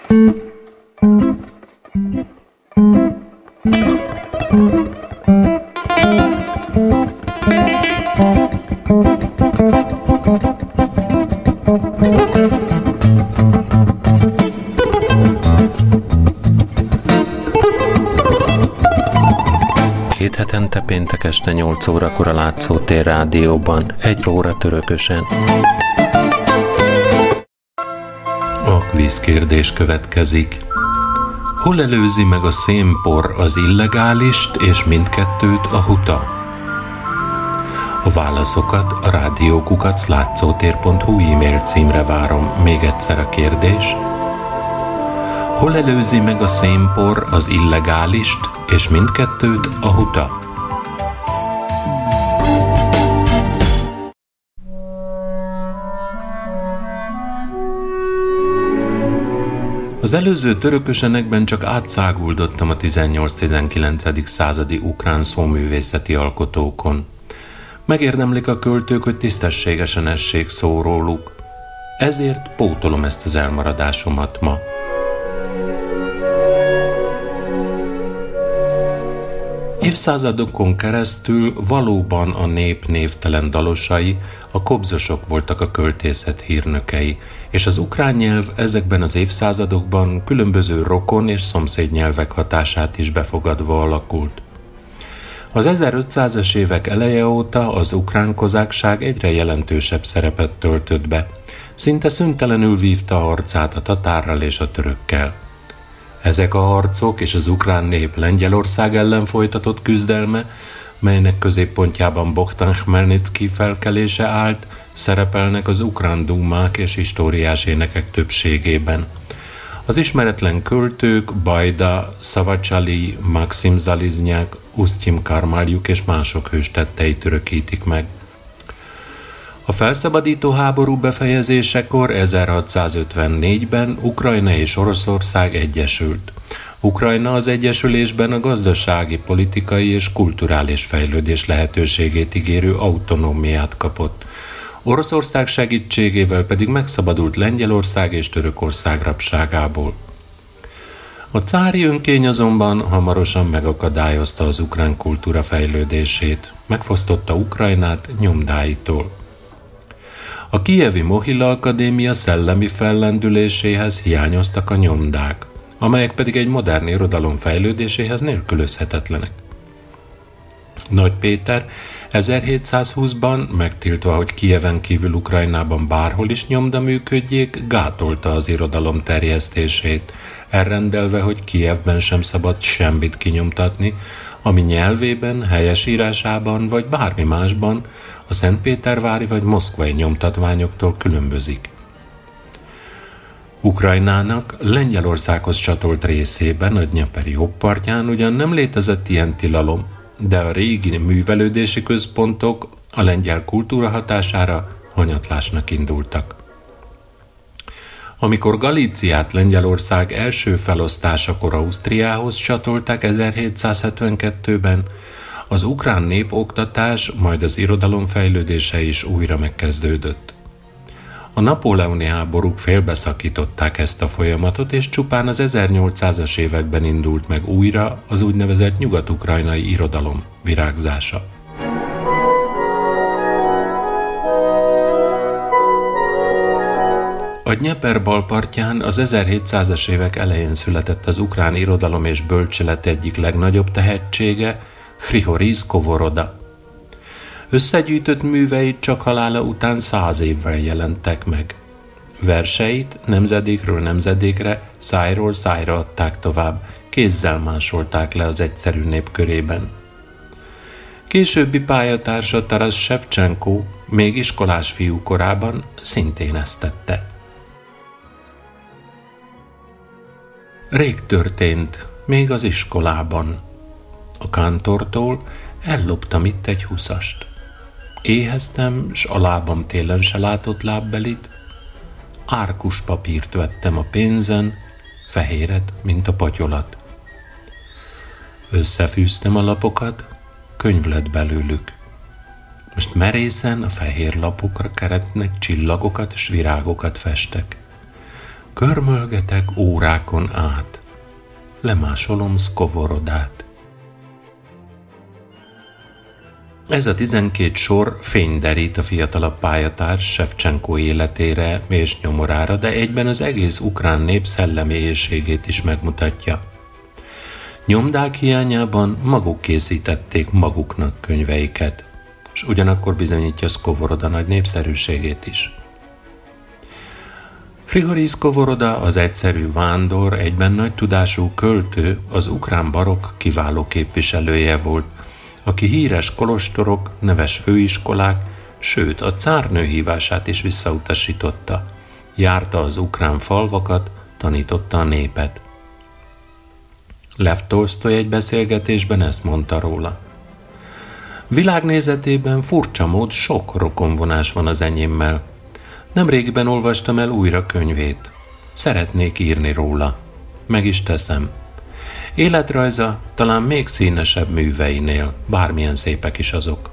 Hetente péntek este 8 órakor a Látszótér Rádióban, 1 óra törökösen. A kvízkérdés következik. Hol előzi meg a szénpor az illegálist és mindkettőt a huta? A válaszokat a rádiókukac@látszótér.hu e-mail címre várom. Még egyszer a kérdés. Hol előzi meg a szénpor az illegálist és mindkettőt a huta? Az előző törökösenekben csak átszáguldottam a 18-19. századi ukrán szóművészeti alkotókon. Megérdemlik a költők, hogy tisztességesen essék szó róluk. Ezért pótolom ezt az elmaradásomat ma. Évszázadokon keresztül valóban a nép névtelen dalosai, a kobzosok voltak a költészet hírnökei, és az ukrán nyelv ezekben az évszázadokban különböző rokon és szomszéd nyelvek hatását is befogadva alakult. Az 1500-es évek eleje óta az ukrán kozákság egyre jelentősebb szerepet töltött be, szinte szüntelenül vívta harcát a tatárral és a törökkel. Ezek a harcok és az ukrán nép Lengyelország ellen folytatott küzdelme, melynek középpontjában Bogdan Khmelnycki felkelése állt, szerepelnek az ukrán dúmák és históriás énekek többségében. Az ismeretlen költők Bajda, Szavacsali, Maxim Zaliznyák, Usztyim Karmaljuk és mások hőstetteit örökítik meg. A felszabadító háború befejezésekor 1654-ben Ukrajna és Oroszország egyesült. Ukrajna az egyesülésben a gazdasági, politikai és kulturális fejlődés lehetőségét ígérő autonómiát kapott. Oroszország segítségével pedig megszabadult Lengyelország és Törökország rabságából. A cári önkény azonban hamarosan megakadályozta az ukrán kultúra fejlődését, megfosztotta Ukrajnát nyomdáitól. A kijevi Mohila Akadémia szellemi fellendüléséhez hiányoztak a nyomdák, amelyek pedig egy modern irodalom fejlődéséhez nélkülözhetetlenek. Nagy Péter 1720-ban megtiltva, hogy Kijeven kívül Ukrajnában bárhol is nyomda működjék, gátolta az irodalom terjesztését, elrendelve, hogy Kijevben sem szabad semmit kinyomtatni, ami nyelvében, helyesírásában vagy bármi másban a szentpétervári vagy moszkvai nyomtatványoktól különbözik. Ukrajnának Lengyelországhoz csatolt részében, a Dnyeperi jobbpartján ugyan nem létezett ilyen tilalom, de a régi művelődési központok a lengyel kultúra hatására hanyatlásnak indultak. Amikor Galíciát Lengyelország első felosztásakor Ausztriához csatolták 1772-ben, az ukrán népoktatás, majd az irodalom fejlődése is újra megkezdődött. A napóleoni háborúk félbeszakították ezt a folyamatot, és csupán az 1800-as években indult meg újra az úgynevezett nyugat-ukrajnai irodalom virágzása. A Dnyeper balpartján az 1700-as évek elején született az ukrán irodalom és bölcselet egyik legnagyobb tehetsége, Hrihorij Skovoroda. Összegyűjtött műveit csak halála után 100 évvel jelentek meg. Verseit nemzedékről nemzedékre, szájról szájra adták tovább, kézzel másolták le az egyszerű nép körében. Későbbi pályatársa Taras Shevchenko még iskolás fiú korában szintén ezt tette. Rég történt, még az iskolában. A kántortól elloptam itt egy 20-ast. Éheztem, s a lábam télen se látott lábbelit. Árkus papírt vettem a pénzen, fehéret, mint a patyolat. Összefűztem a lapokat, könyv lett belőlük. Most merészen a fehér lapokra keretnek csillagokat s virágokat festek. Körmölgetek órákon át, lemásolom Szkovorodát. Ez a 12 sor fényderít a fiatalabb pályatárs Sevcsenko életére és nyomorára, de egyben az egész ukrán nép szellemi éhségét is megmutatja. Nyomdák hiányában maguk készítették maguknak könyveiket, és ugyanakkor bizonyítja Szkovoroda nagy népszerűségét is. Hrihorij Szkovoroda az egyszerű vándor, egyben nagy tudású költő, az ukrán barokk kiváló képviselője volt, aki híres kolostorok, neves főiskolák, sőt a cárnő hívását is visszautasította. Járta az ukrán falvakat, tanította a népet. Lev Tolsztoj egy beszélgetésben ezt mondta róla. Világnézetében furcsa mód sok rokonvonás van az enyémmel. Nemrégiben olvastam el újra könyvét. Szeretnék írni róla. Meg is teszem. Életrajza talán még színesebb műveinél, bármilyen szépek is azok.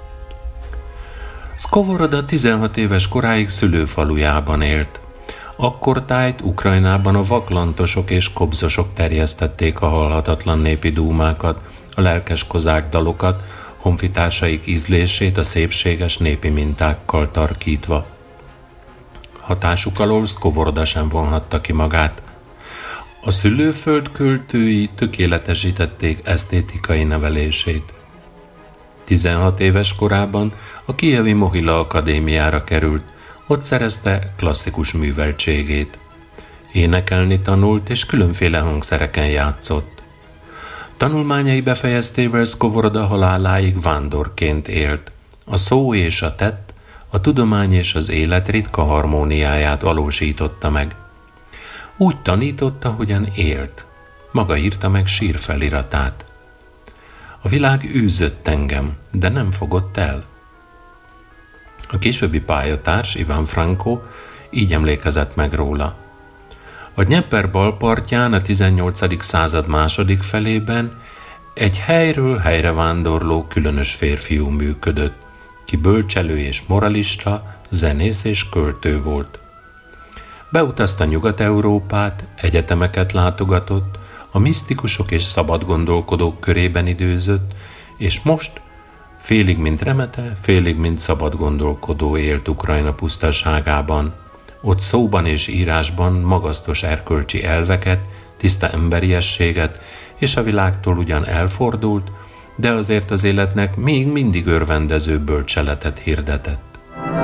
Szkovoroda 16 éves koráig szülőfalujában élt. Akkortájt Ukrajnában a vaklantosok és kobzosok terjesztették a halhatatlan népi dúmákat, a lelkes kozák dalokat, honfitársaik ízlését a szépséges népi mintákkal tarkítva. Hatásuk alól Szkovoroda sem vonhatta ki magát. A szülőföld költői tökéletesítették esztétikai nevelését. 16 éves korában a kijevi Mohila Akadémiára került, ott szerezte klasszikus műveltségét. Énekelni tanult és különféle hangszereken játszott. Tanulmányai befejeztével Szkovoroda haláláig vándorként élt. A szó és a tett, a tudomány és az élet ritka harmóniáját valósította meg. Úgy tanította, hogyan élt. Maga írta meg sírfeliratát. A világ űzött engem, de nem fogott el. A későbbi pályatárs, Iván Franko, így emlékezett meg róla. A Dnyeper balpartján a 18. század második felében egy helyről helyre vándorló különös férfiú működött, ki bölcselő és moralista, zenész és költő volt. Beutazta Nyugat-Európát, egyetemeket látogatott, a misztikusok és szabadgondolkodók körében időzött, és most félig mint remete, félig mint szabadgondolkodó élt Ukrajna pusztaságában. Ott szóban és írásban magasztos erkölcsi elveket, tiszta emberiességet, és a világtól ugyan elfordult, de azért az életnek még mindig örvendező bölcseletet hirdetett.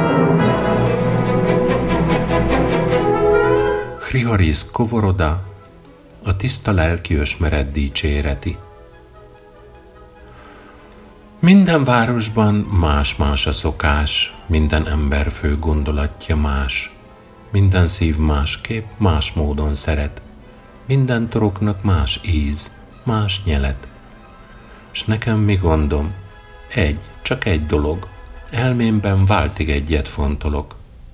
Hrihorij Szkovoroda a tiszta lelki ösmeret dicséreti. Minden városban más-más a szokás, minden ember fő gondolatja más, minden szív másképp, más módon szeret, minden toroknak más íz, más nyelet. S nekem mi gondom? Csak egy dolog, elmémben váltig egyet fontolok.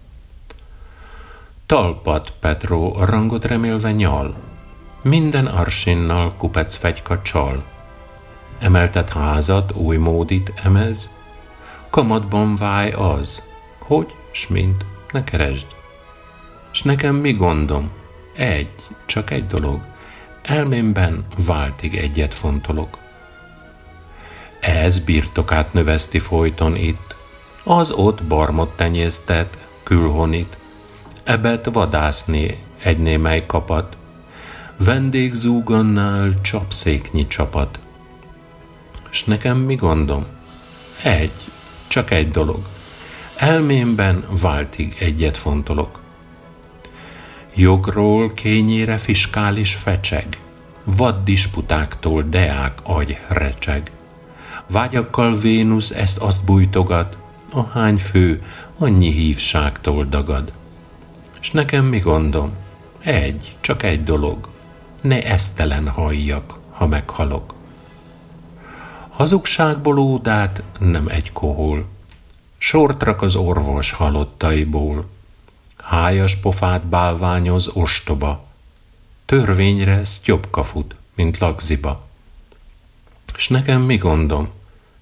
Talpat Petró a rangot remélve nyal, minden arsinnal kupec fegyka csal. Emeltet házat, új módit emez, kamatban válj az, hogy, s mint, ne keresd. S nekem mi gondom? Csak egy dolog, elmémben váltig egyet fontolok. Ez birtokát növeszti folyton itt, az ott barmot tenyésztet, külhonit, ebet vadászni egy némely kapat, vendégzúgannál csapszéknyi csapat. S nekem mi gondom? Csak egy dolog, elmémben váltig egyet fontolok. Jogról kényére fiskális fecseg, vad disputáktól deák agy recseg. Vágyakkal Vénusz ezt-azt bújtogat, ahány fő, annyi hívságtól dagad. S nekem mi gondom? Csak egy dolog, ne esztelen halljak, ha meghalok. Hazugságból ódát nem egy kohol, sort rak az orvos halottaiból. Hájas pofát bálványoz ostoba, törvényre sztyobka fut, mint lagziba. S nekem mi gondom?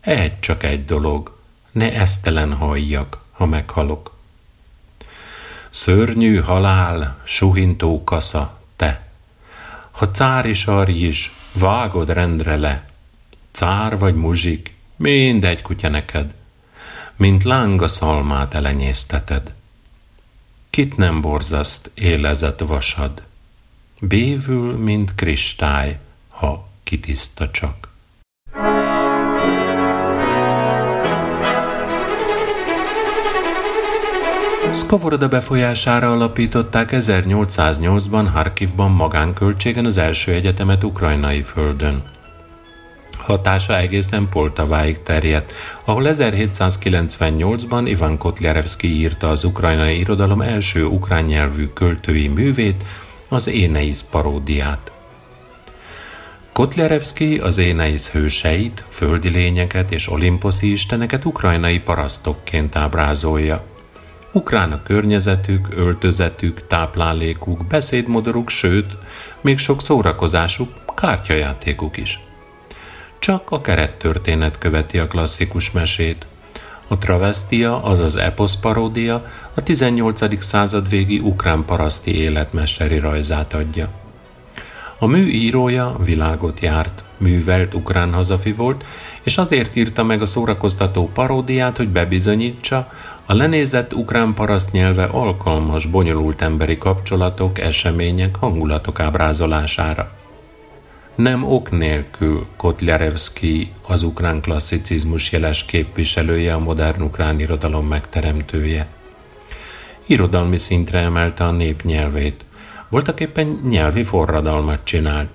Csak egy dolog, ne esztelen halljak, ha meghalok. Szörnyű halál, suhintó kasza, te. Ha cár is arj is, vágod rendre le. Cár vagy muzsik, mindegy kutya neked, mint láng a szalmát elenyészteted. Kit nem borzaszt élezett vasad, bévül, mint kristály, ha kitiszta csak. Szkovoroda befolyására alapították 1808-ban Harkivban magánköltségen az első egyetemet ukrajnai földön. Hatása egészen Poltaváig terjedt, ahol 1798-ban Ivan Kotlyarevszkij írta az ukrajnai irodalom első ukrán nyelvű költői művét, az Éneisz paródiát. Kotlyarevszkij az Éneisz hőseit, földi lényeket és olimposzi isteneket ukrajnai parasztokként ábrázolja. Ukrán a környezetük, öltözetük, táplálékuk, beszédmodoruk, sőt, még sok szórakozásuk, kártyajátékuk is. Csak a kerettörténet követi a klasszikus mesét. A travesztia, azaz eposz paródia a 18. század végi ukrán paraszti élet mesteri rajzát adja. A mű írója világot járt, művelt ukrán hazafi volt, és azért írta meg a szórakoztató paródiát, hogy bebizonyítsa, a lenézett ukrán paraszt nyelve alkalmas, bonyolult emberi kapcsolatok, események, hangulatok ábrázolására. Nem ok nélkül Kotlyarevszkij az ukrán klasszicizmus jeles képviselője, a modern ukrán irodalom megteremtője. Irodalmi szintre emelte a nép nyelvét. Voltaképpen nyelvi forradalmat csinált.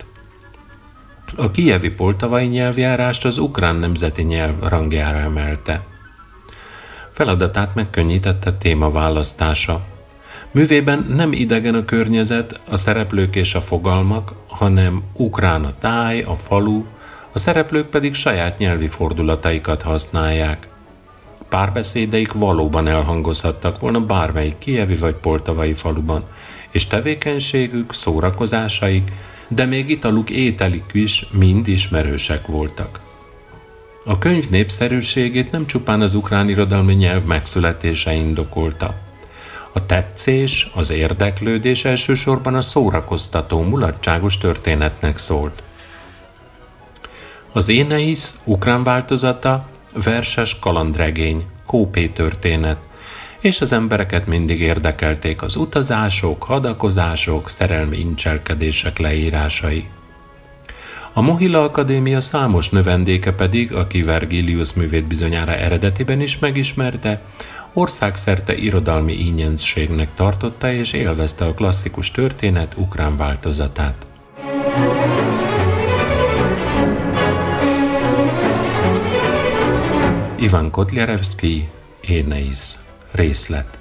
A kijevi poltavai nyelvjárást az ukrán nemzeti nyelv rangjára emelte. Feladatát megkönnyítette témaválasztása. Művében nem idegen a környezet, a szereplők és a fogalmak, hanem ukrán a táj, a falu, a szereplők pedig saját nyelvi fordulataikat használják. Párbeszédeik valóban elhangozhattak volna bármelyik kijevi vagy poltavai faluban, és tevékenységük, szórakozásaik, de még italuk, ételük is mind ismerősek voltak. A könyv népszerűségét nem csupán az ukrán irodalmi nyelv megszületése indokolta. A tetszés, az érdeklődés elsősorban a szórakoztató, mulatságos történetnek szólt. Az Éneisz ukrán változata verses kalandregény, kópé történet, és az embereket mindig érdekelték az utazások, hadakozások, szerelmi incselkedések leírásai. A Mohila Akadémia számos növendéke pedig, aki Vergilius művét bizonyára eredetiben is megismerte, országszerte irodalmi ínyenségnek tartotta és élvezte a klasszikus történet ukrán változatát. Ivan Kotlyarevszkij, Éneisz. Részlet.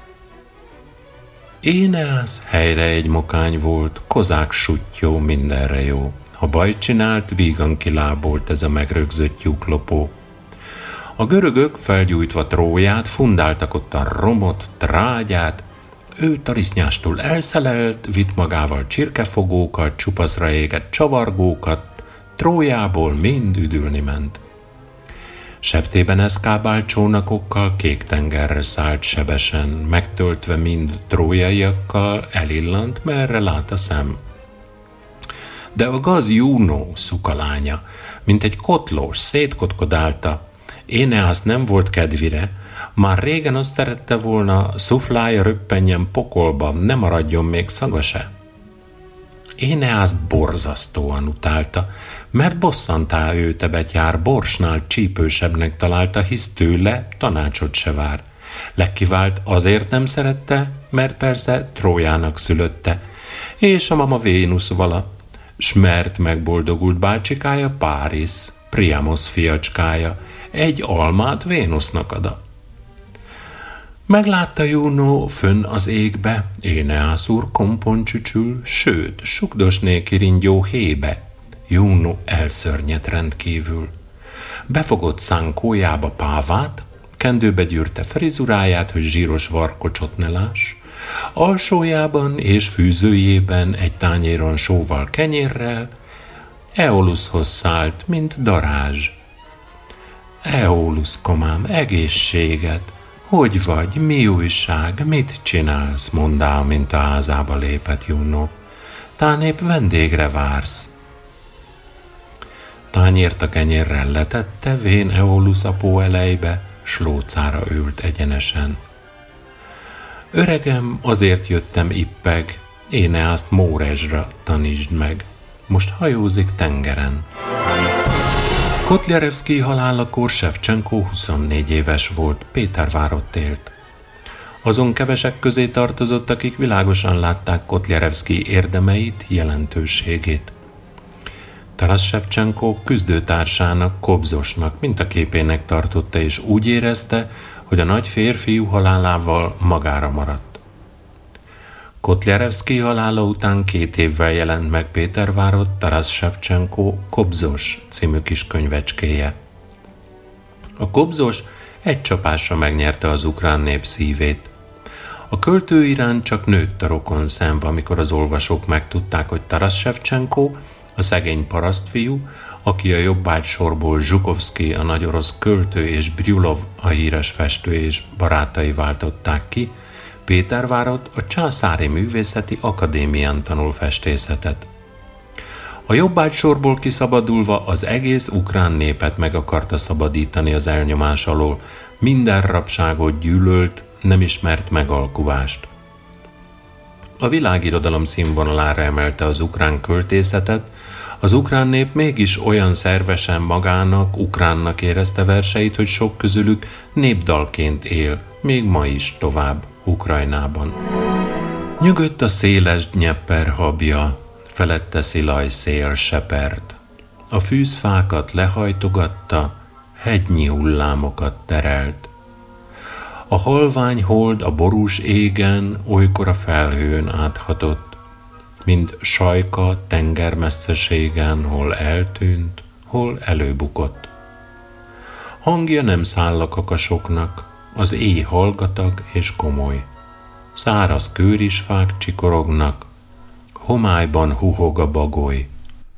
Éneász helyre egy mokány volt, kozák suttyó, mindenre jó. Ha bajt csinált, vígan kilábolt ez a megrögzött tyúklopó. A görögök felgyújtva Tróját, fundáltak ott a romot, trágyát, ő tarisznyástól elszelelt, vitt magával csirkefogókat, csupaszra égett csavargókat, Trójából mind üdülni ment. Septében eszkábált csónakokkal kék tengerre szállt sebesen, megtöltve mind trójaiakkal, elillant, merre lát a szem. De a gaz Juno, szukalánya, mint egy kotlós, szétkotkodálta. Éneász nem volt kedvire, már régen azt szerette volna, szuflája röppenjen pokolba, ne maradjon még szaga se. Éneászt borzasztóan utálta, mert bosszantá őte betyár, borsnál csípősebbnek találta, hisz tőle tanácsot se vár. Legkivált azért nem szerette, mert persze Trójának szülötte, és a mama Vénusz vala, s mert megboldogult bácsikája Páris, Priamos fiacskája, egy almát Vénusznak ada. Meglátta Juno fönn az égbe, Éneász úr kompon csücsül, sőt, sugdosné kiringyó hébe. Juno elszörnyedt rendkívül. Befogott szánkójába pávát, kendőbe gyűrte frizuráját, hogy zsíros varkocsot ne láss, alsójában és fűzőjében egy tányéron sóval kenyérrel, Eoluszhoz szállt, mint darázs. Eolusz, komám, egészséget! Hogy vagy? Mi újság? Mit csinálsz? Mondá, mint a házába lépett Juno. Tán épp vendégre vársz. Tányért a kenyérrel letette, vén Eolus apó elejbe, s lócára ült egyenesen. Öregem, azért jöttem ippeg, Éneászt Mórezsra tanítsd meg, most hajózik tengeren. Kotljarevszkij halálakor Sevcsenko 24 éves volt, Pétervárott élt. Azon kevesek közé tartozott, akik világosan látták Kotljarevszkij érdemeit, jelentőségét. Taras Sevcsenko küzdőtársának, Kobzosnak, mintaképének tartotta, és úgy érezte, hogy a nagy férfiú halálával magára maradt. Kotljarevszkij halála után 2 évvel jelent meg Pétervárott Taras Sevcsenko Kobzos című kis könyvecskéje. A Kobzos egy csapásra megnyerte az ukrán nép szívét. A költő iránt csak nőtt a rokonszenv, amikor az olvasók megtudták, hogy Taras Sevcsenko, a szegény parasztfiú, aki a jobbágy sorból Zsukovszkij, a nagy orosz költő, és Bryulov, a híres festő, és barátai váltották ki, Pétervárott a Császári Művészeti Akadémián tanul festészetet. A jobbágy sorból kiszabadulva az egész ukrán népet meg akarta szabadítani az elnyomás alól, minden rabságot gyűlölt, nem ismert megalkuvást. A világirodalom színvonalára emelte az ukrán költészetet, az ukrán nép mégis olyan szervesen magának, ukránnak érezte verseit, hogy sok közülük népdalként él, még ma is tovább Ukrajnában. Nyögött a széles Dnyeper habja, felette szilaj szél sepert. A fűzfákat lehajtogatta, hegynyi hullámokat terelt. A halvány hold a borús égen olykor a felhőn áthatott, mint sajka tengermesszeségen, hol eltűnt, hol előbukott. Hangja nem száll a kakasoknak, az éj hallgatag és komoly. Száraz kőrisfák csikorognak, homályban huhog a bagoly.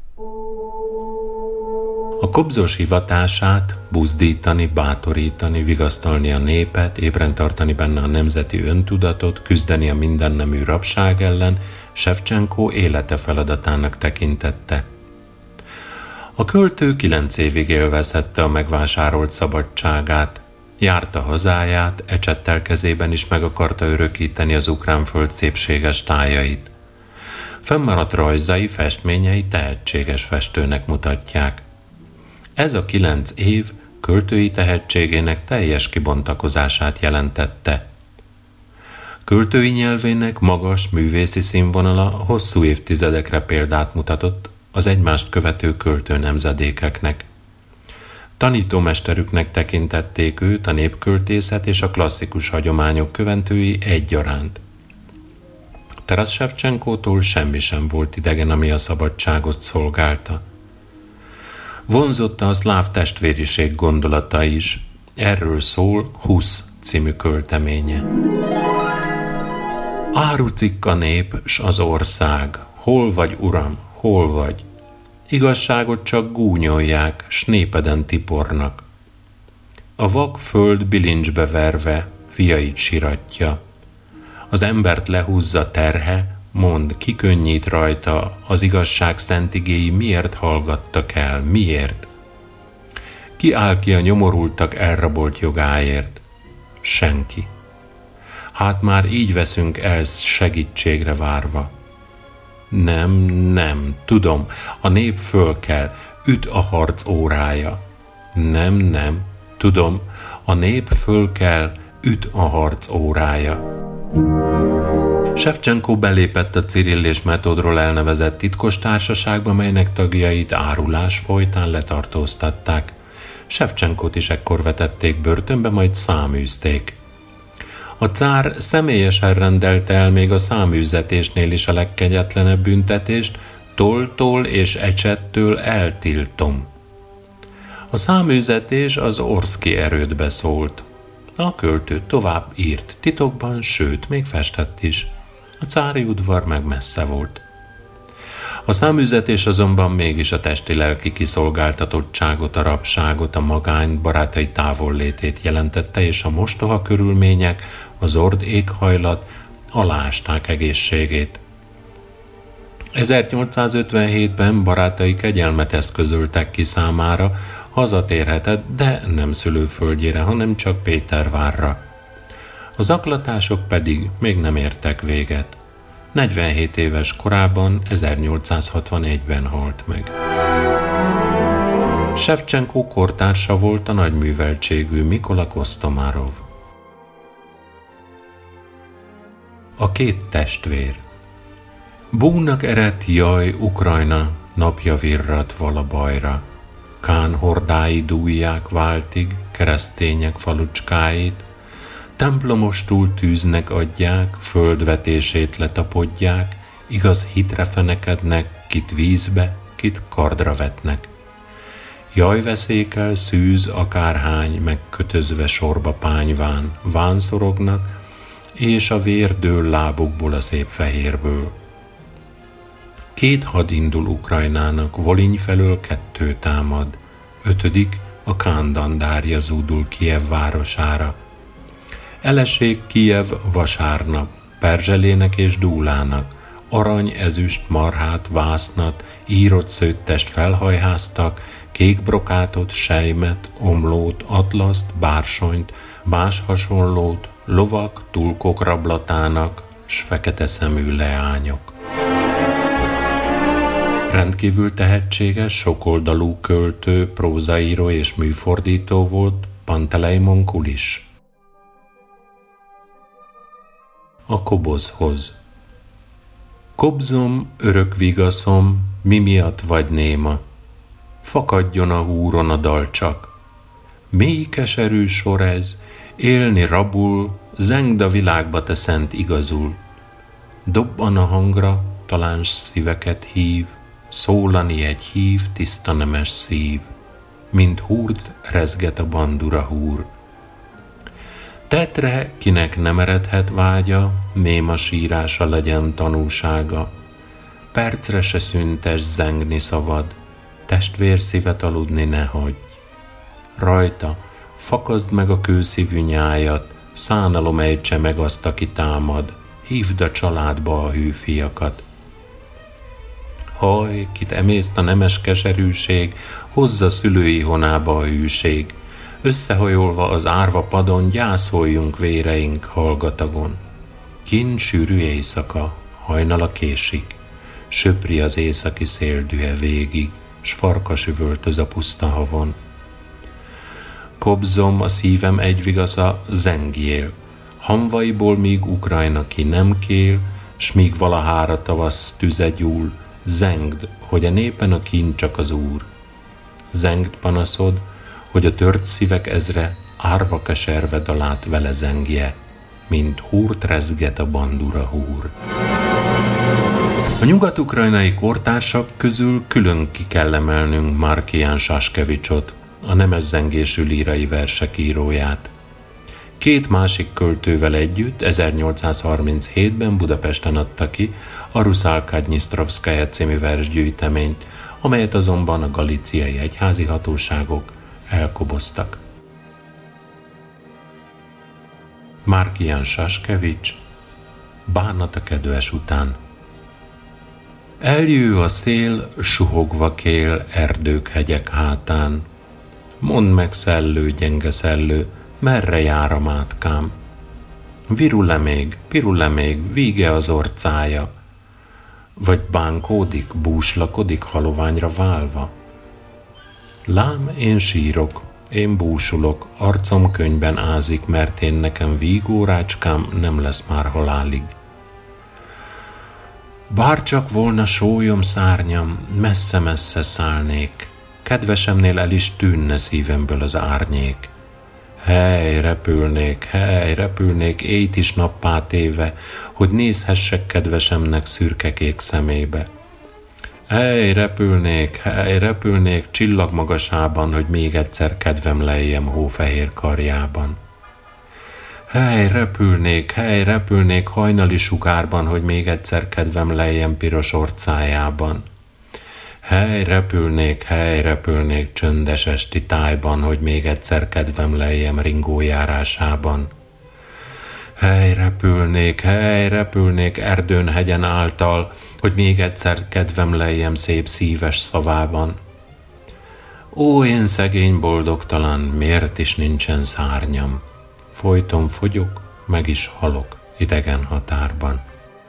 A Kobzos hivatását buzdítani, bátorítani, vigasztalni a népet, ébren tartani benne a nemzeti öntudatot, küzdeni a mindennemű rabság ellen Sevcsenko élete feladatának tekintette. A költő 9 évig élvezhette a megvásárolt szabadságát, járta hazáját, ecsettel kezében is meg akarta örökíteni az ukrán föld szépséges tájait. Fennmaradt rajzai, festményei tehetséges festőnek mutatják. Ez a 9 év költői tehetségének teljes kibontakozását jelentette. Költői nyelvének magas művészi színvonala hosszú évtizedekre példát mutatott az egymást követő költő nemzedékeknek. Tanítómesterüknek tekintették őt a népköltészet és a klasszikus hagyományok követői egyaránt. Taras Sevcsenkótól semmi sem volt idegen, ami a szabadságot szolgálta. Vonzotta a szláv testvériség gondolata is. Erről szól Husz című költeménye. Árucik a nép s az ország, hol vagy, uram, hol vagy? Igazságot csak gúnyolják, s népeden tipornak. A vak föld bilincsbe verve, fiait siratja. Az embert lehúzza terhe, mondd, ki könnyít rajta, az igazság szent igéi miért hallgattak el, miért? Ki áll ki a nyomorultak elrabolt jogáért? Senki. Hát már így veszünk el segítségre várva. Nem, tudom, a nép fölkel, üt a harc órája. Nem, tudom, a nép fölkel, üt a harc órája. Sevcsenko belépett a Cirill és Metodról elnevezett titkos társaságba, melynek tagjait árulás folytán letartóztatták. Sevcsenkót is ekkor vetették börtönbe, majd száműzték. A cár személyesen rendelte el még a száműzetésnél is a legkegyetlenebb büntetést, tolltól és ecsettől eltiltom. A száműzetés az orszki erődbe szólt. A költő tovább írt titokban, sőt, még festett is. A cári udvar meg messze volt. A száműzetés azonban mégis a testi-lelki kiszolgáltatottságot, a rabságot, a magányt, barátai távollétét jelentette, és a mostoha körülmények, az ord éghajlat alásták egészségét. 1857-ben barátai kegyelmet eszközöltek ki számára, hazatérhetett, de nem szülőföldjére, hanem csak Pétervárra. A zaklatások pedig még nem értek véget. 47 éves korában, 1861-ben halt meg. Sevcsenko kortársa volt a nagyműveltségű Mikola Kosztomárov. A két testvér. Búnak eredt jaj Ukrajna, napja virrat vala bajra. Kán hordái dúlják váltig, keresztények falucskáit, templomostul tűznek adják, földvetését letapodják, igaz hitre fenekednek, kit vízbe, kit kardra vetnek. Jaj veszékel szűz akárhány, megkötözve sorba pányván, vánszorognak, és a vér dől lábukból a szép fehérből. 2 had indul Ukrajnának, Voliny felől 2 támad, 5. a Kán dandárja zúdul Kijev városára. Eleség Kijev vasárnap, Perzselének és Dúlának, arany, ezüst, marhát, vásznat, írott szőttest felhajháztak, kék brokátot, sejmet, omlót, atlaszt, bársonyt, más hasonlót, lovak, tulkok rablatának, s fekete szemű leányok. Rendkívül tehetséges, sokoldalú költő, prózaíró és műfordító volt Panteleimon Kulis. A kobozhoz. Kobzom, örök vigaszom, mi miatt vagy néma? Fakadjon a húron a dal csak. Mély keserű sor ez, élni rabul, zengd a világba te szent igazul. Dobban a hangra, talán szíveket hív, szólani egy hív, tiszta nemes szív, mint húrt rezget a bandura húr. Tetre, kinek nem eredhet vágya, néma sírása legyen tanúsága. Percre se szüntes zengni szavad, testvér szívet aludni ne hagyj. Rajta, fakazd meg a kőszívű nyájat, szánalom ejtse meg azt, aki támad, hívd a családba a hűfiakat. Haj, kit emészt a nemes keserűség, hozza szülői honába a hűség. Összehajolva az árva padon, gyászoljunk véreink hallgatagon. Kint sűrű éjszaka, hajnala késik, söpri az északi széldühe végig, s farkas üvöltöz a puszta havon. Kobzom, a szívem egy vigasza, zengjél, hamvaiból míg Ukrajna ki nem kél, s míg valahára tavasz tüze gyúl, zengd, hogy a népen a kín csak az Úr. Zengd panaszod, hogy a tört szívek ezre árva keserve dalát vele zengje, mint húrt rezget a bandura húr. A nyugat-ukrajnai kortársak közül külön ki kell emelnünk Markián Saskevicsot, a nemes zengésű lírai versek íróját. 2 másik költővel együtt 1837-ben Budapesten adta ki a Ruszálka Dnyisztrovszkaja című versgyűjteményt, amelyet azonban a galíciai egyházi hatóságok elkoboztak. Markián Saskevics, Bánat a kedves után. Eljő a szél, suhogva kél erdők, hegyek hátán. Mondd meg, szellő, gyenge szellő, merre jár a mátkám? Pirul-e még, víge az orcája? Vagy bánkódik, búslakodik haloványra válva? Lám, én sírok, én búsulok, arcom könnyben ázik, mert én nekem vígórácskám nem lesz már halálig. Bárcsak volna sólyom szárnyam, messze-messze szállnék, kedvesemnél el is tűnne szívemből az árnyék. Hely, repülnék, éjt is nappá téve, hogy nézhessek kedvesemnek szürkekék szemébe. Hely, repülnék csillagmagasában, hogy még egyszer kedvem lejjem hófehér karjában. Hely, repülnék hajnali sugárban, hogy még egyszer kedvem lejjem piros orcájában. Hely, repülnék csöndes esti tájban, hogy még egyszer kedvem lejjem ringó járásában. Hely, repülnék erdőn, hegyen által, hogy még egyszer kedvem lejjem szép szíves szavában. Ó, én szegény boldogtalan, miért is nincsen szárnyam? Folyton fogyok, meg is halok idegen határban.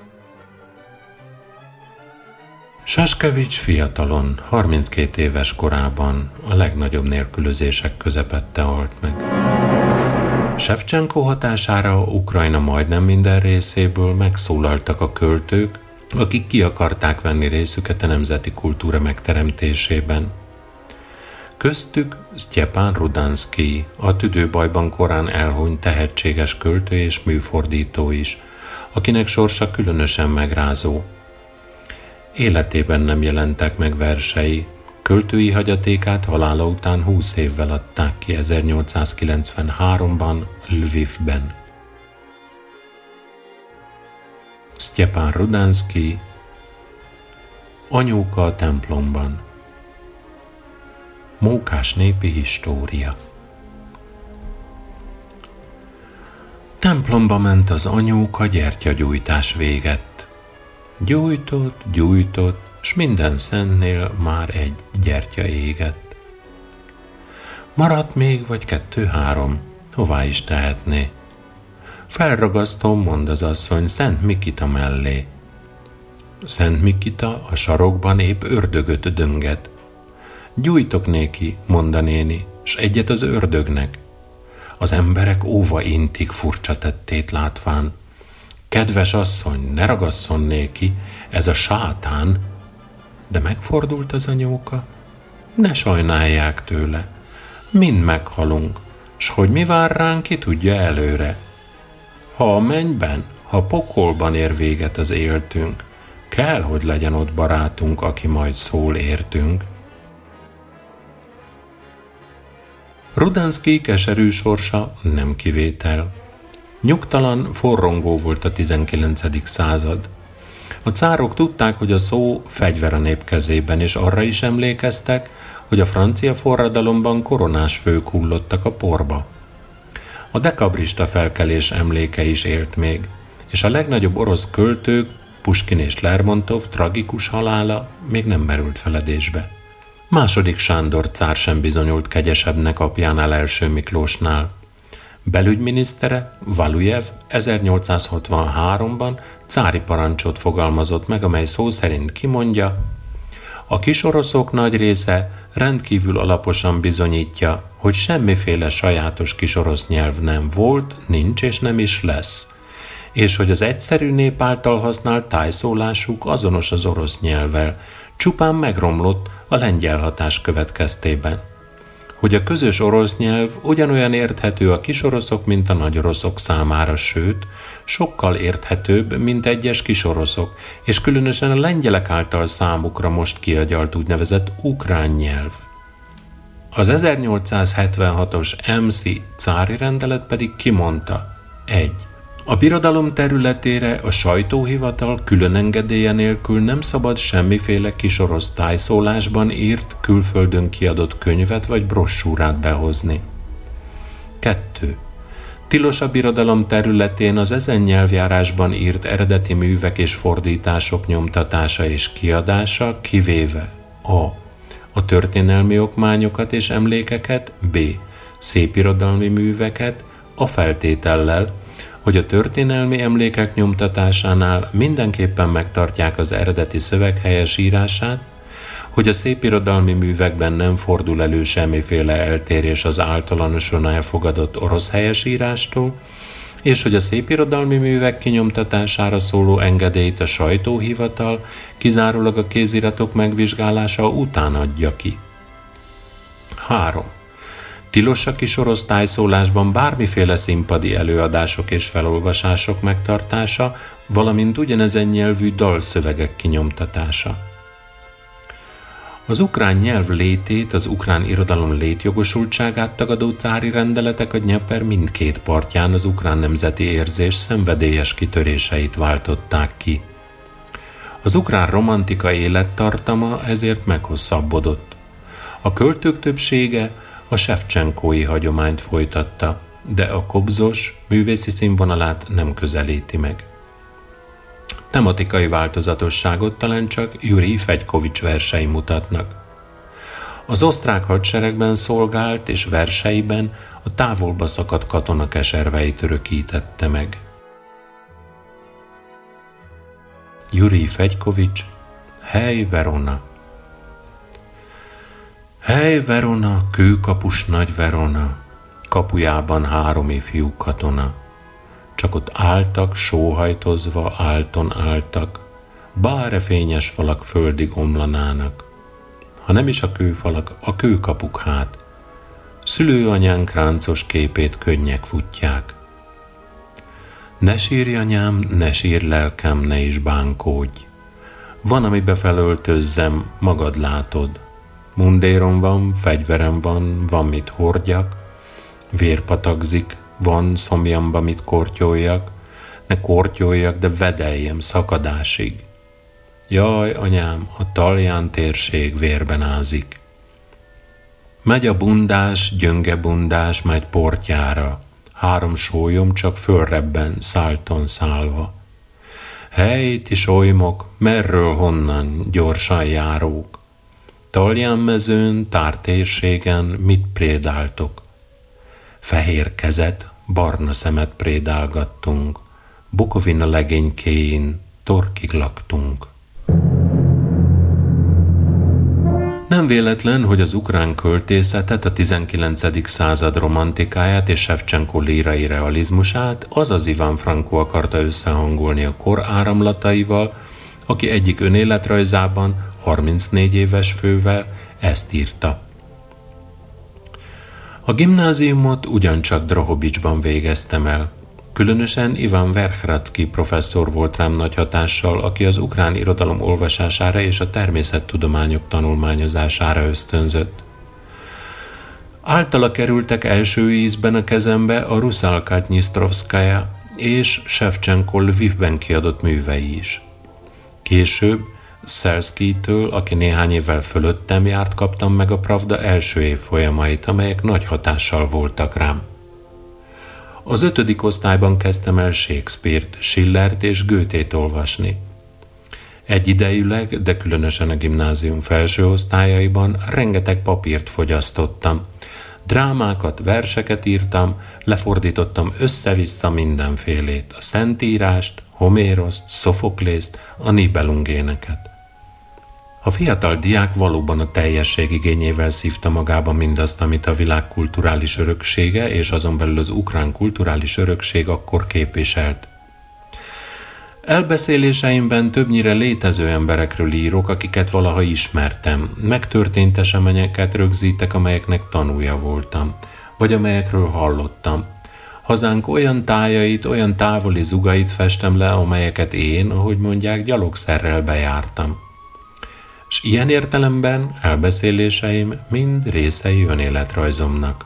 Saskevics fiatalon, 32 éves korában a legnagyobb nélkülözések közepette halt meg. Sevcsenko hatására Ukrajna majdnem minden részéből megszólaltak a költők, akik ki akarták venni részüket a nemzeti kultúra megteremtésében. Köztük Sztyepán Rudanszkij, a tüdőbajban korán elhunyt tehetséges költő és műfordító is, akinek sorsa különösen megrázó. Életében nem jelentek meg versei, költői hagyatékát halála után 20 évvel adták ki 1893-ban Lvivben. Sztyepán Rudanszkij, Anyóka a templomban. Mókás népi história. Templomba ment az anyóka, gyertyagyújtás végett. Gyújtott, s minden szentnél már egy gyertya égett. Maradt még vagy 2-3, hová is tehetné? Felragasztom, mond az asszony, Szent Mikita mellé. Szent Mikita a sarokban épp ördögöt dönget. Gyújtok néki, mond a néni, s egyet az ördögnek. Az emberek óva intik furcsa tettét látván. Kedves asszony, ne ragasszon néki, ez a sátán. De megfordult az anyóka. Ne sajnálják tőle, mind meghalunk, s hogy mi vár ránk, ki tudja előre. Ha a mennyben, ha pokolban ér véget az éltünk, kell, hogy legyen ott barátunk, aki majd szól értünk. Rudanszkij keserű sorsa nem kivétel. Nyugtalan, forrongó volt a 19. század. A cárok tudták, hogy a szó fegyver a nép kezében, és arra is emlékeztek, hogy a francia forradalomban koronás fők hullottak a porba. A dekabrista felkelés emléke is élt még, és a legnagyobb orosz költők, Puskin és Lermontov tragikus halála még nem merült feledésbe. II. Sándor cár sem bizonyult kegyesebbnek apjánál, első Miklósnál. Belügyminisztere, Valujev 1863-ban cári parancsot fogalmazott meg, amely szó szerint kimondja: a kisoroszok nagy része rendkívül alaposan bizonyítja, hogy semmiféle sajátos kisorosz nyelv nem volt, nincs és nem is lesz, és hogy az egyszerű nép által használt tájszólásuk azonos az orosz nyelvvel, csupán megromlott a lengyel hatás következtében. Hogy a közös orosz nyelv ugyanolyan érthető a kisoroszok, mint a nagyoroszok számára, sőt, sokkal érthetőbb, mint egyes kisoroszok, és különösen a lengyelek által számukra most kiagyalt úgynevezett ukrán nyelv. Az 1876-os MC cári rendelet pedig kimondta: 1. A birodalom területére a sajtóhivatal külön engedélye nélkül nem szabad semmiféle kisorosz tájszólásban írt, külföldön kiadott könyvet vagy brossúrát behozni. 2. Tilos a birodalom területén az ezen nyelvjárásban írt eredeti művek és fordítások nyomtatása és kiadása, kivéve a történelmi okmányokat és emlékeket, b. szépirodalmi műveket, a feltétellel, hogy a történelmi emlékek nyomtatásánál mindenképpen megtartják az eredeti szöveg helyes írását, hogy a szépirodalmi művekben nem fordul elő semmiféle eltérés az általánosan elfogadott orosz helyesírástól, és hogy a szépirodalmi művek kinyomtatására szóló engedélyt a sajtóhivatal kizárólag a kéziratok megvizsgálása után adja ki. 3. Tilos a kisorosz tájszólásban bármiféle színpadi előadások és felolvasások megtartása, valamint ugyanezen nyelvű dalszövegek kinyomtatása. Az ukrán nyelv létét, az ukrán irodalom létjogosultságát tagadó cári rendeletek a Dnyeper mindkét partján az ukrán nemzeti érzés szenvedélyes kitöréseit váltották ki. Az ukrán romantika élettartama ezért meghosszabbodott. A költők többsége a Sevcsenkói hagyományt folytatta, de a Kobzos művészi színvonalát nem közelíti meg. Tematikai változatosságot talán csak Jurij Fegykovics versei mutatnak. Az osztrák hadseregben szolgált, és verseiben a távolba szakadt katona keserveit örökítette meg. Jurij Fegykovics, Hely Verona. Hely Verona, kőkapus nagy Verona, kapujában 3 ifjú katona. Csak ott álltak, sóhajtozva, álton álltak, báre fényes falak földig omlanának. Ha nem is a kőfalak, a kőkapuk hát, szülőanyánk ráncos képét könnyek futják. Ne sírj, anyám, ne sírj, lelkem, ne is bánkódj. Van, amibe felöltözzem, magad látod. Mundérom van, fegyverem van mit hordjak, vér patakzik, van szomjamba mit kortyoljak, ne kortyoljak, de vedeljem szakadásig. Jaj, anyám, a Talján térség vérben ázik. Megy a bundás, gyönge bundás, megy portjára, 3 sólyom csak fölrebben, szálton szálva. Hely, ti solymok, merről honnan, gyorsan járók? Talján mezőn, tártérségen mit prédáltok? Fehér kezet, barna szemet prédálgattunk, Bukovina legénykéin torkig laktunk. Nem véletlen, hogy az ukrán költészetet, a 19. század romantikáját és Sevcsenko lírai realizmusát az Iván Franko akarta összehangolni a kor áramlataival, aki egyik önéletrajzában 34 éves fővel ezt írta. A gimnáziumot ugyancsak Drohobicsban végeztem el. Különösen Ivan Verhradszky professzor volt rám nagy hatással, aki az ukrán irodalom olvasására és a természettudományok tanulmányozására ösztönzött. Általa kerültek első ízben a kezembe a Ruszalka Dnysztrovszkaja és Sevcsenko Lvivben kiadott művei is. Később Szelszkijtől, aki néhány évvel fölöttem járt, kaptam meg a Pravda első évfolyamait, amelyek nagy hatással voltak rám. Az 5. osztályban kezdtem el Shakespeare-t, Schillert és Goethét olvasni. Egyidejűleg, de különösen a gimnázium felső osztályaiban rengeteg papírt fogyasztottam. Drámákat, verseket írtam, lefordítottam össze-vissza mindenfélét, a Szentírást, Homéroszt, Szofoklészt, a Nibelungéneket. A fiatal diák valóban a teljesség igényével szívta magába mindazt, amit a világ kulturális öröksége és azon belül az ukrán kulturális örökség akkor képviselt. Elbeszéléseimben többnyire létező emberekről írok, akiket valaha ismertem, megtörtént eseményeket rögzítek, amelyeknek tanúja voltam, vagy amelyekről hallottam. Hazánk olyan tájait, olyan távoli zugait festem le, amelyeket én, ahogy mondják, gyalogszerrel bejártam. És ilyen értelemben elbeszéléseim mind részei önéletrajzomnak.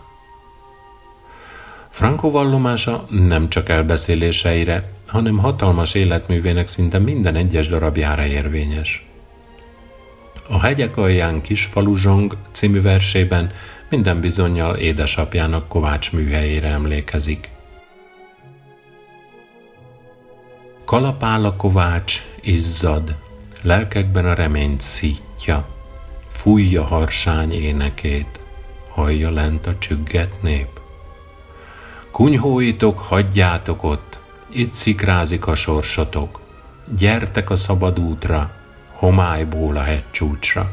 Franko vallomása nem csak elbeszéléseire, hanem hatalmas életművének szinte minden egyes darabjára érvényes. A Hegyek alján kisfalu zsong című versében minden bizonnyal édesapjának Kovács műhelyére emlékezik. Kalapál a kovács, izzad, lelkekben a reményt szítja, fújja harsány énekét, hallja lent a csügget nép. Kunyhóitok, hagyjátok ott, itt szikrázik a sorsotok, gyertek a szabad útra, homályból a hegycsúcsra.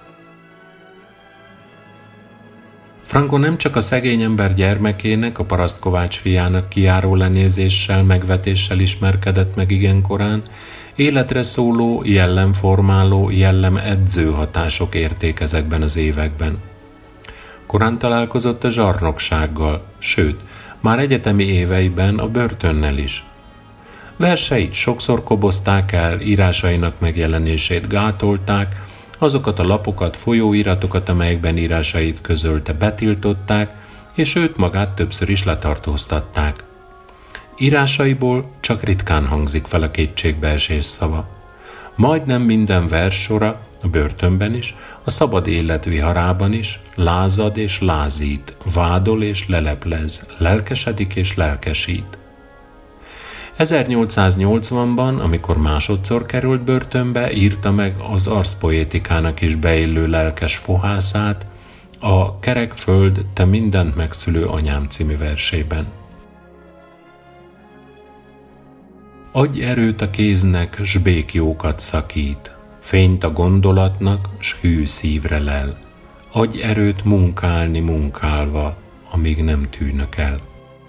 Franko nem csak a szegény ember gyermekének, a paraszt Kovács fiának kijáró lenézéssel, megvetéssel ismerkedett meg igen korán, életre szóló, jellemformáló, jellemedző hatások érték ezekben az években. Korán találkozott a zsarnoksággal, sőt, már egyetemi éveiben a börtönnel is. Verseit sokszor kobozták el, írásainak megjelenését gátolták, azokat a lapokat, folyóiratokat, amelyekben írásait közölte, betiltották, és őt magát többször is letartóztatták. Írásaiból csak ritkán hangzik fel a kétségbeesés szava. Majdnem minden verssora, a börtönben is, a szabad élet viharában is lázad és lázít, vádol és leleplez, lelkesedik és lelkesít. 1880-ban, amikor másodszor került börtönbe, írta meg az arszpoétikának is beillő lelkes fohászát a Kerek föld, te mindent megszülő anyám című versében. Adj erőt a kéznek, s békjókat szakít, fényt a gondolatnak, s hű szívre lel. Adj erőt munkálni munkálva, amíg nem tűnök el.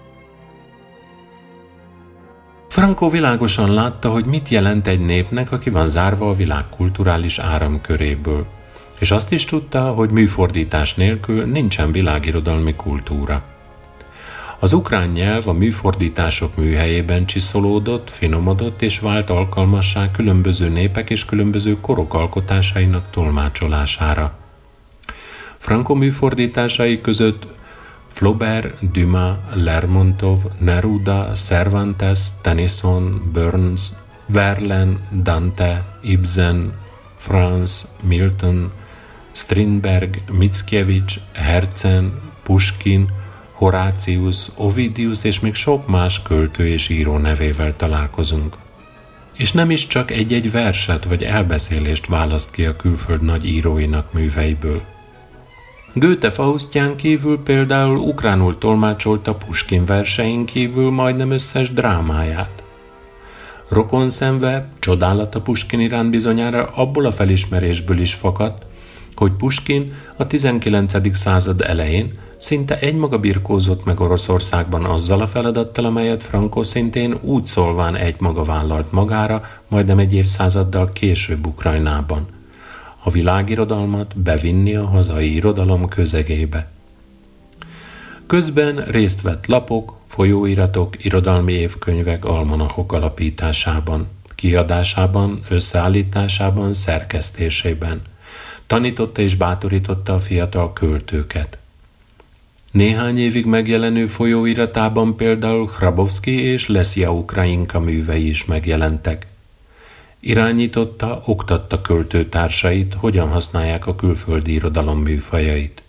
Franco világosan látta, hogy mit jelent egy népnek, aki van zárva a világ kulturális áramköréből, és azt is tudta, hogy műfordítás nélkül nincsen világirodalmi kultúra. Az ukrán nyelv a műfordítások műhelyében csiszolódott, finomodott és vált alkalmassá különböző népek és különböző korok alkotásainak tolmácsolására. Franco műfordításai között Flaubert, Dumas, Lermontov, Neruda, Cervantes, Tennyson, Burns, Verlaine, Dante, Ibsen, Franz, Milton, Strindberg, Mickiewicz, Herzen, Pushkin, Horatius, Ovidius és még sok más költő és író nevével találkozunk. És nem is csak egy-egy verset vagy elbeszélést választ ki a külföld nagy íróinak műveiből. Goethe Faustján kívül például ukránul tolmácsolta Pushkin versein kívül majdnem összes drámáját. Rokonszenve, csodálata Pushkin iránt bizonyára abból a felismerésből is fakadt, hogy Pushkin a 19. század elején szinte egymaga birkózott meg Oroszországban azzal a feladattal, amelyet Franco szintén úgy szólván egymaga vállalt magára, majdnem egy évszázaddal később Ukrajnában. A világirodalmat bevinni a hazai irodalom közegébe. Közben részt vett lapok, folyóiratok, irodalmi évkönyvek, almanachok alapításában, kiadásában, összeállításában, szerkesztésében. Tanította és bátorította a fiatal költőket. Néhány évig megjelenő folyóiratában például Hrabowski és Lesja Ukrajinka művei is megjelentek. Irányította, oktatta költőtársait, hogyan használják a külföldi irodalom műfajait.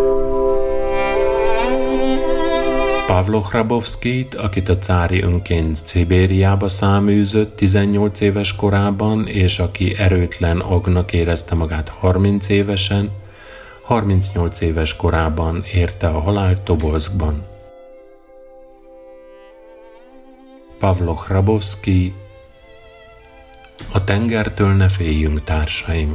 Pavlo Hrabowskit, akit a cári önként Szibériába száműzött 18 éves korában, és aki erőtlen agnak érezte magát 30 évesen, 38 éves korában érte a halál Tobolskban. Pavlo Hrabowski. A tengertől ne féljünk, társaim!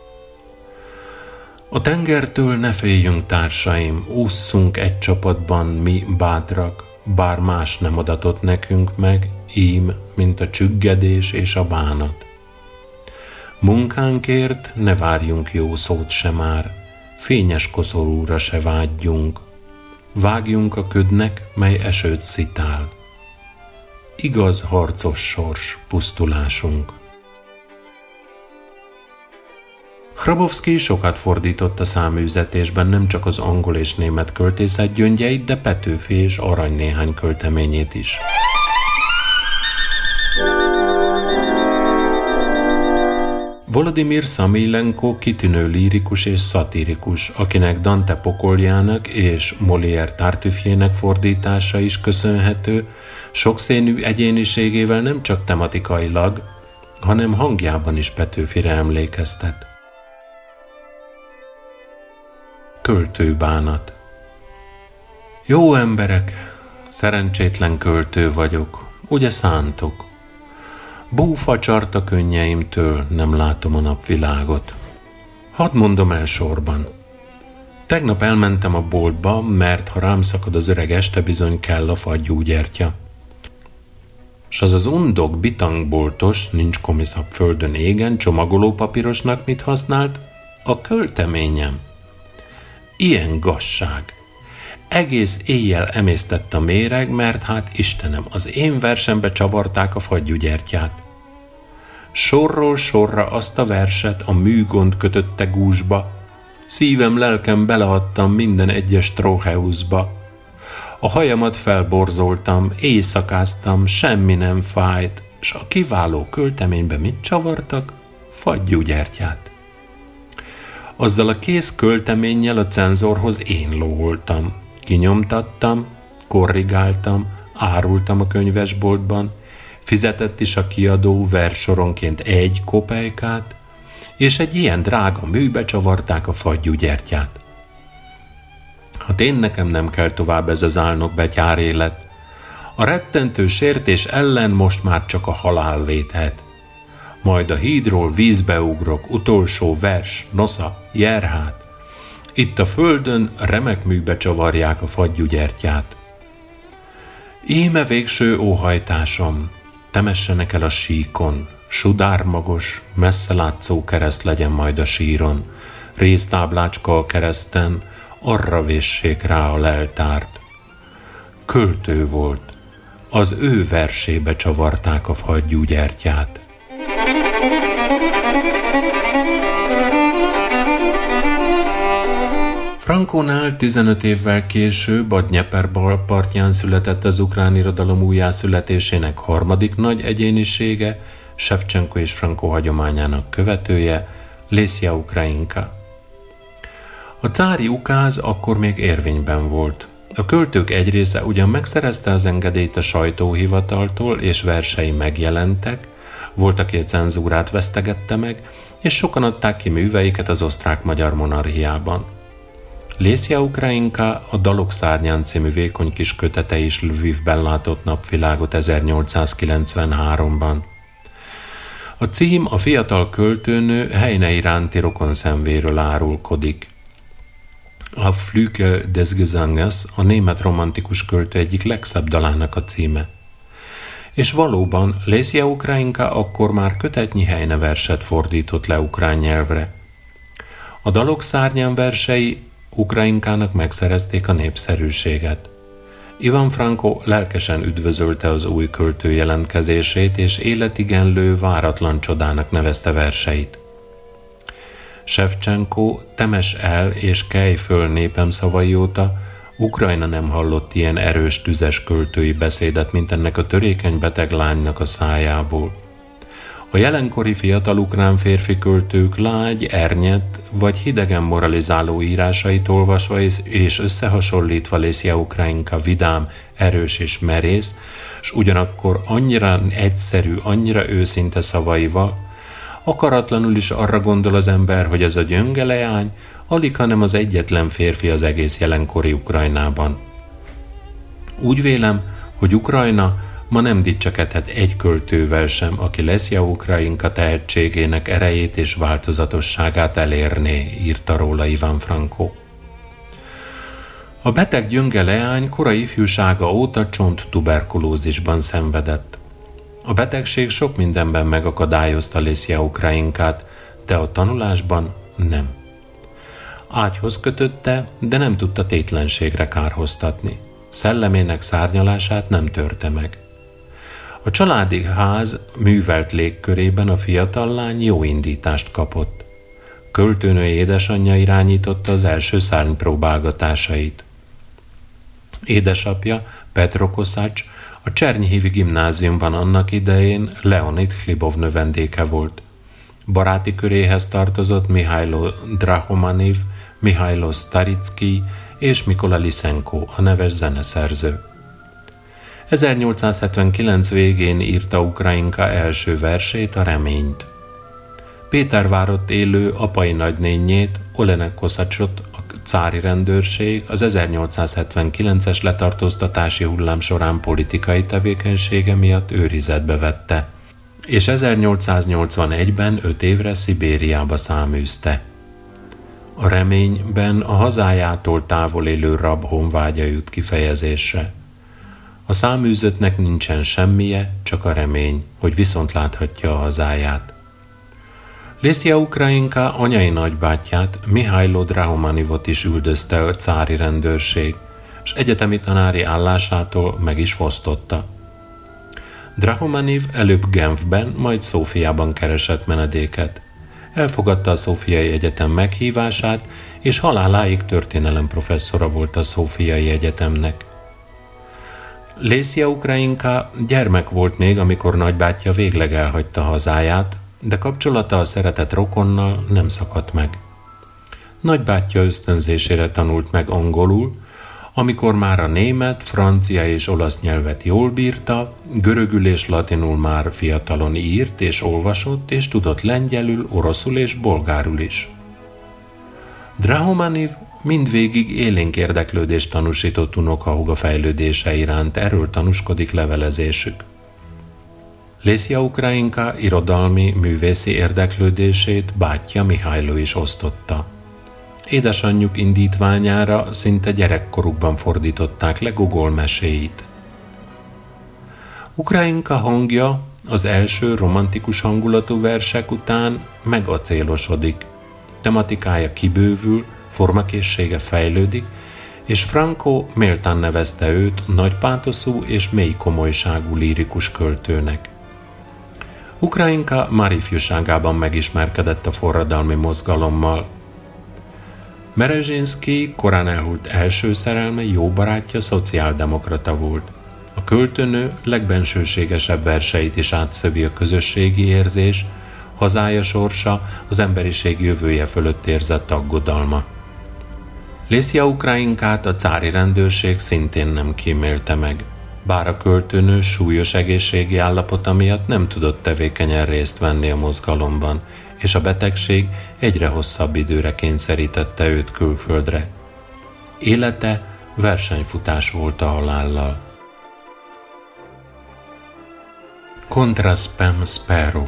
A tengertől ne féljünk, társaim, ússzunk egy csapatban mi bátrak, bár más nem adatott nekünk meg, ím, mint a csüggedés és a bánat. Munkánkért ne várjunk jó szót se már, fényes koszorúra se vágyjunk, vágjunk a ködnek, mely esőt szitál. Igaz harcos sors, pusztulásunk. Hrabowski sokat fordított a száműzetésben nem csak az angol és német költészet gyöngyeit, de Petőfi és Arany néhány költeményét is. Volodymyr Szamilenko kitűnő lírikus és szatirikus, akinek Dante Pokoljának és Molière Tartüffjének fordítása is köszönhető, sokszínű egyéniségével nem csak tematikailag, hanem hangjában is Petőfire emlékeztet. Költőbánat. Jó emberek, szerencsétlen költő vagyok, ugye szántok? Búfacsart a könnyeimtől, nem látom a napvilágot. Hadd mondom el sorban. Tegnap elmentem a boltba, mert ha rám szakad az öreg este, bizony kell a fagyúgyertya. S az undok bitangboltos, nincs komiszabb földön égen, csomagolópapírosnak mit használt? A költeményem. Ilyen gazság. Egész éjjel emésztett a méreg, mert hát Istenem, az én versembe csavarták a fagyúgyertyát. Sorról sorra azt a verset a műgond kötötte gúzsba, szívem, lelkem beleadtam minden egyes tróheuszba. A hajamat felborzoltam, éjszakáztam, semmi nem fájt, s a kiváló költeménybe mit csavartak? fagyúgyertyát. Azzal a kész költeménnyel a cenzorhoz én lóholtam. Kinyomtattam, korrigáltam, árultam a könyvesboltban, fizetett is a kiadó verssoronként 1 kopejkát, és egy ilyen drága műbe csavarták a fagyúgyertyát. Hát én nekem nem kell tovább ez az álnokbetyár élet. A rettentő sértés ellen most már csak a halál védhet. Majd a hídról vízbe ugrok, utolsó vers, nosza, jerhát. Itt a földön remek műbe csavarják a fagyúgyertyát. Íme végső óhajtásom, temessenek el a síkon, sudármagos, messzelátszó kereszt legyen majd a síron, réztáblácska a kereszten, arra véssék rá a leltárt. Költő volt, az ő versébe csavarták a fagyúgyertyát. Frankónál 15 évvel később a Dnyeper bal partján született az ukrán irodalom újjászületésének harmadik nagy egyénisége, Sevcsenko és Franko hagyományának követője, Lesja Ukrajinka. A cári ukáz akkor még érvényben volt. A költők egy része ugyan megszerezte az engedélyt a sajtóhivataltól, és versei megjelentek, volt, aki a cenzúrát vesztegette meg, és sokan adták ki műveiket az osztrák-magyar monarchiában. Lesja Ukrajinka a Dalok szárnyán című vékony kis kötete is Lvivben látott napvilágot 1893-ban. A cím a fiatal költőnő Heine iránti rokonszenvéről árulkodik. A Flügel des Gesanges a német romantikus költő egyik legszebb dalának a címe. És valóban Lesja Ukrajinka akkor már kötetnyi Heine verset fordított le ukrán nyelvre. A Dalok szárnyán versei Ukrajinkának megszerezték a népszerűséget. Ivan Franko lelkesen üdvözölte az új költő jelentkezését, és életigenlő, váratlan csodának nevezte verseit. Sevcsenko temes el és kelj föl népem szavai óta Ukrajna nem hallott ilyen erős, tüzes költői beszédet, mint ennek a törékeny beteg lánynak a szájából. A jelenkori fiatal ukrán férfi költők lágy, ernyett vagy hidegen moralizáló írásait olvasva és összehasonlítva Lesja Ukrajinka vidám, erős és merész, s ugyanakkor annyira egyszerű, annyira őszinte szavaival, akaratlanul is arra gondol az ember, hogy ez a gyönge leány alig, hanem az egyetlen férfi az egész jelenkori Ukrajnában. Úgy vélem, hogy Ukrajna ma nem dicsekedhet egy költővel sem, aki Lesja Ukrajinka tehetségének erejét és változatosságát elérné, írta róla Ivan Franko. A beteg gyönge leány korai ifjúsága óta csonttuberkulózisban szenvedett. A betegség sok mindenben megakadályozta Lesja Ukrajinkát, de a tanulásban nem. Ágyhoz kötötte, de nem tudta tétlenségre kárhoztatni. Szellemének szárnyalását nem törte meg. A családi ház művelt légkörében a fiatal lány jó indítást kapott. Költőnő édesanyja irányította az első szárnypróbálgatásait. Édesapja, Petro Koszács, a Csernyhívi gimnáziumban annak idején Leonid Hlibov növendéke volt. Baráti köréhez tartozott Mihailo Drahomaniv, Mihailo Staricki és Mikola Lysenko, a neves zeneszerző. 1879 végén írta Ukrajinka első versét, a Reményt. Pétervárott élő apai nagynénjét, Olena Kosacsot a cári rendőrség az 1879-es letartóztatási hullám során politikai tevékenysége miatt őrizetbe vette, és 1881-ben 5 évre Szibériába száműzte. A Reményben a hazájától távol élő rab honvágya jut kifejezésre. A száműzöttnek nincsen semmije, csak a remény, hogy viszont láthatja a hazáját. Lesja Ukrajinka anyai nagybátyját, Mihailo Drahomanivot is üldözte a cári rendőrség, s egyetemi tanári állásától meg is fosztotta. Drahomaniv előbb Genfben, majd Szófiában keresett menedéket. Elfogadta a Szófiai Egyetem meghívását, és haláláig történelemprofesszora volt a Szófiai Egyetemnek. Lesja Ukrajinka gyermek volt még, amikor nagybátyja végleg elhagyta hazáját, de kapcsolata a szeretett rokonnal nem szakadt meg. Nagybátyja ösztönzésére tanult meg angolul, amikor már a német, francia és olasz nyelvet jól bírta, görögül és latinul már fiatalon írt és olvasott, és tudott lengyelül, oroszul és bolgárul is. Drahomaniv mindvégig élénk érdeklődést tanúsított unokahúga fejlődése iránt, erről tanúskodik levelezésük. Lészia Ukrainka irodalmi, művészi érdeklődését bátyja Mihajlo is osztotta. Édesanyjuk indítványára szinte gyerekkorukban fordították le Gogol meséit. Ukrainka hangja az első romantikus hangulatú versek után megacélosodik, tematikája kibővül, formakészsége fejlődik, és Franco méltán nevezte őt nagy pátoszú és mély komolyságú lírikus költőnek. Ukrainka már ifjúságában megismerkedett a forradalmi mozgalommal. Merezsinszky korán elhult első szerelme, jó barátja, szociáldemokrata volt. A költőnő legbensőségesebb verseit is átszövi a közösségi érzés, hazája sorsa, az emberiség jövője fölött érzett aggodalma. Lészia Ukrainkát a cári rendőrség szintén nem kímélte meg, bár a költőnő súlyos egészségi állapota miatt nem tudott tevékenyen részt venni a mozgalomban, és a betegség egyre hosszabb időre kényszerítette őt külföldre. Élete versenyfutás volt a halállal. Contra spem spero.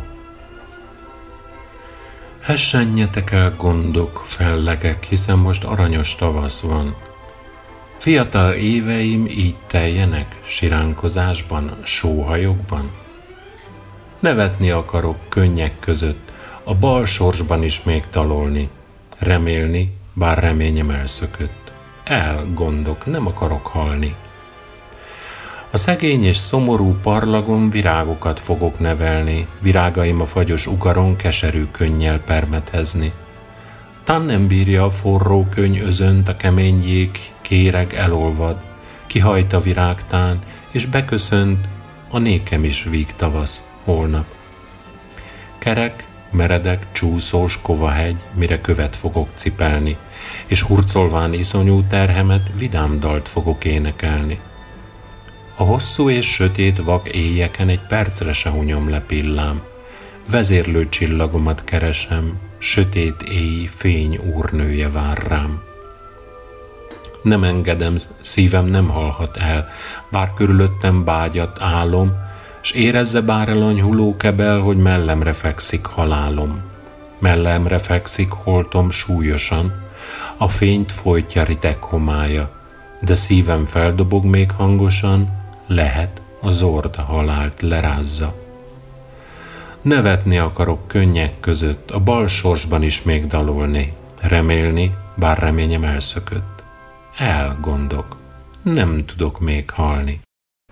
Hessenjetek el, gondok, fellegek, hiszen most aranyos tavasz van. Fiatal éveim így teljenek, siránkozásban, sóhajokban. Nevetni akarok könnyek között, a bal sorsban is még dalolni, remélni, bár reményem elszökött. Gondok, nem akarok halni. A szegény és szomorú parlagon virágokat fogok nevelni, virágaim a fagyos ugaron keserű könnyel permetezni. Tán nem bírja a forró könny özönt, a kemény jég kéreg elolvad, kihajt a virágtán, és beköszönt a nékem is víg tavasz holnap. Kerek, meredek, csúszós kovahegy, mire követ fogok cipelni, és hurcolván iszonyú terhemet vidám dalt fogok énekelni. A hosszú és sötét vak éjjeken egy percre se hunyom le pillám, vezérlő csillagomat keresem, sötét éj fény úrnője vár rám. Nem engedem, szívem nem halhat el, bár körülöttem bágyat álom, s érezze bár elanyhuló kebel, hogy mellemre fekszik halálom. Mellemre fekszik holtom súlyosan, a fényt folytja ritek homálya, de szívem feldobog még hangosan, lehet a zord halált lerázza. Nevetni akarok könnyek között, a bal sorsban is még dalolni, remélni, bár reményem elszökött. Gondok, nem tudok még halni.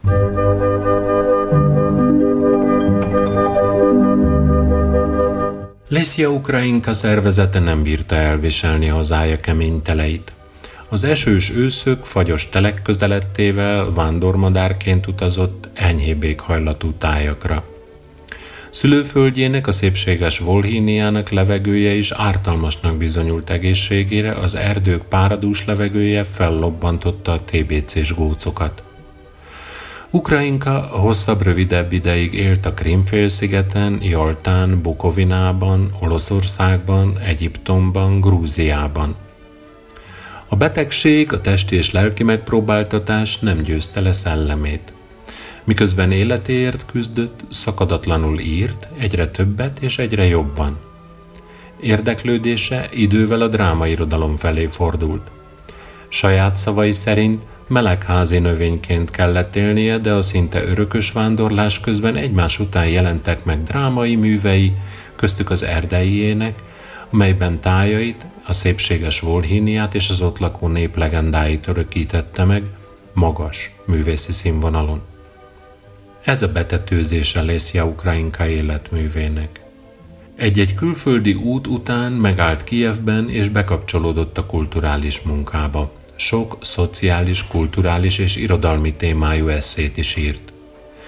Lészia Ukrainka szervezete nem bírta elviselni hazája kemény teleit. Az esős őszök fagyos telek közelettével vándormadárként utazott enyhébb éghajlatú tájakra. Szülőföldjének, a szépséges Volhíniának levegője is ártalmasnak bizonyult egészségére, az erdők páradús levegője fellobbantotta a TBC-s gócokat. Ukrainka hosszabb-rövidebb ideig élt a Krím-félszigeten, Jaltán, Bukovinában, Olaszországban, Egyiptomban, Grúziában. A betegség, a testi és lelki megpróbáltatás nem győzte le szellemét. Miközben életéért küzdött, szakadatlanul írt, egyre többet és egyre jobban. Érdeklődése idővel a drámairodalom felé fordult. Saját szavai szerint melegházi növényként kellett élnie, de a szinte örökös vándorlás közben egymás után jelentek meg drámai művei, köztük az erdeiének, amelyben tájait, a szépséges Volhíniát és az ott lakó nép legendáit örökítette meg magas művészi színvonalon. Ez a betetőzése Lészia Ukrainka életművének. Egy-egy külföldi út után megállt Kijevben és bekapcsolódott a kulturális munkába. Sok szociális, kulturális és irodalmi témájú esszét is írt.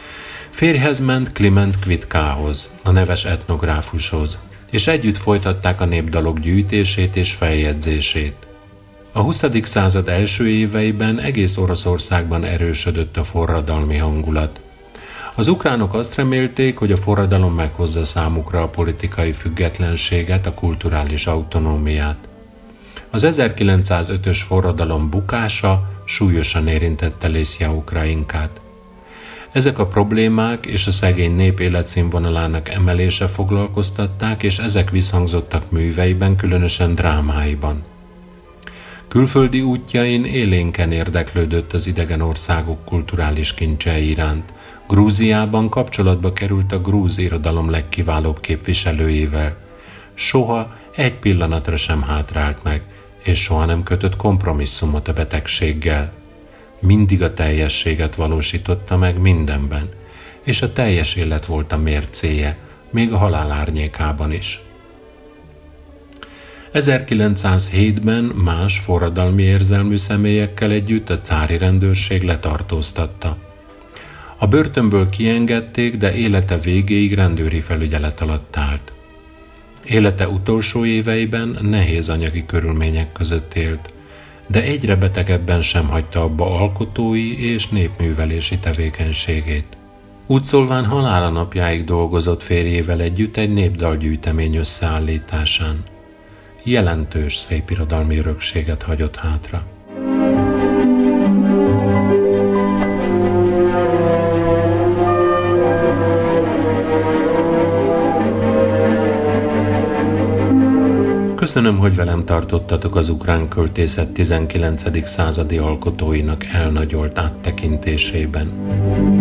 Férjhez ment Kliment Kvitkához, a neves etnográfushoz, és együtt folytatták a népdalok gyűjtését és feljegyzését. A 20. század első éveiben egész Oroszországban erősödött a forradalmi hangulat. Az ukránok azt remélték, hogy a forradalom meghozza számukra a politikai függetlenséget, a kulturális autonómiát. Az 1905-ös forradalom bukása súlyosan érintette Lésja Ukrajinkát. Ezek a problémák és a szegény nép életszínvonalának emelése foglalkoztatták, és ezek visszhangzottak műveiben, különösen drámáiban. Külföldi útjain élénken érdeklődött az idegen országok kulturális kincsei iránt. Grúziában kapcsolatba került a grúz irodalom legkiválóbb képviselőivel. Soha egy pillanatra sem hátrált meg, és soha nem kötött kompromisszumot a betegséggel. Mindig a teljességet valósította meg mindenben, és a teljes élet volt a mércéje, még a halál árnyékában is. 1907-ben más forradalmi érzelmű személyekkel együtt a cári rendőrség letartóztatta. A börtönből kiengedték, de élete végéig rendőri felügyelet alatt állt. Élete utolsó éveiben nehéz anyagi körülmények között élt, de egyre betegebben sem hagyta abba alkotói és népművelési tevékenységét. Úgy szólván halála napjáig dolgozott férjével együtt egy népdalgyűjtemény összeállításán. Jelentős szépirodalmi örökséget hagyott hátra. Köszönöm, hogy velem tartottatok az ukrán költészet 19. századi alkotóinak elnagyolt áttekintésében.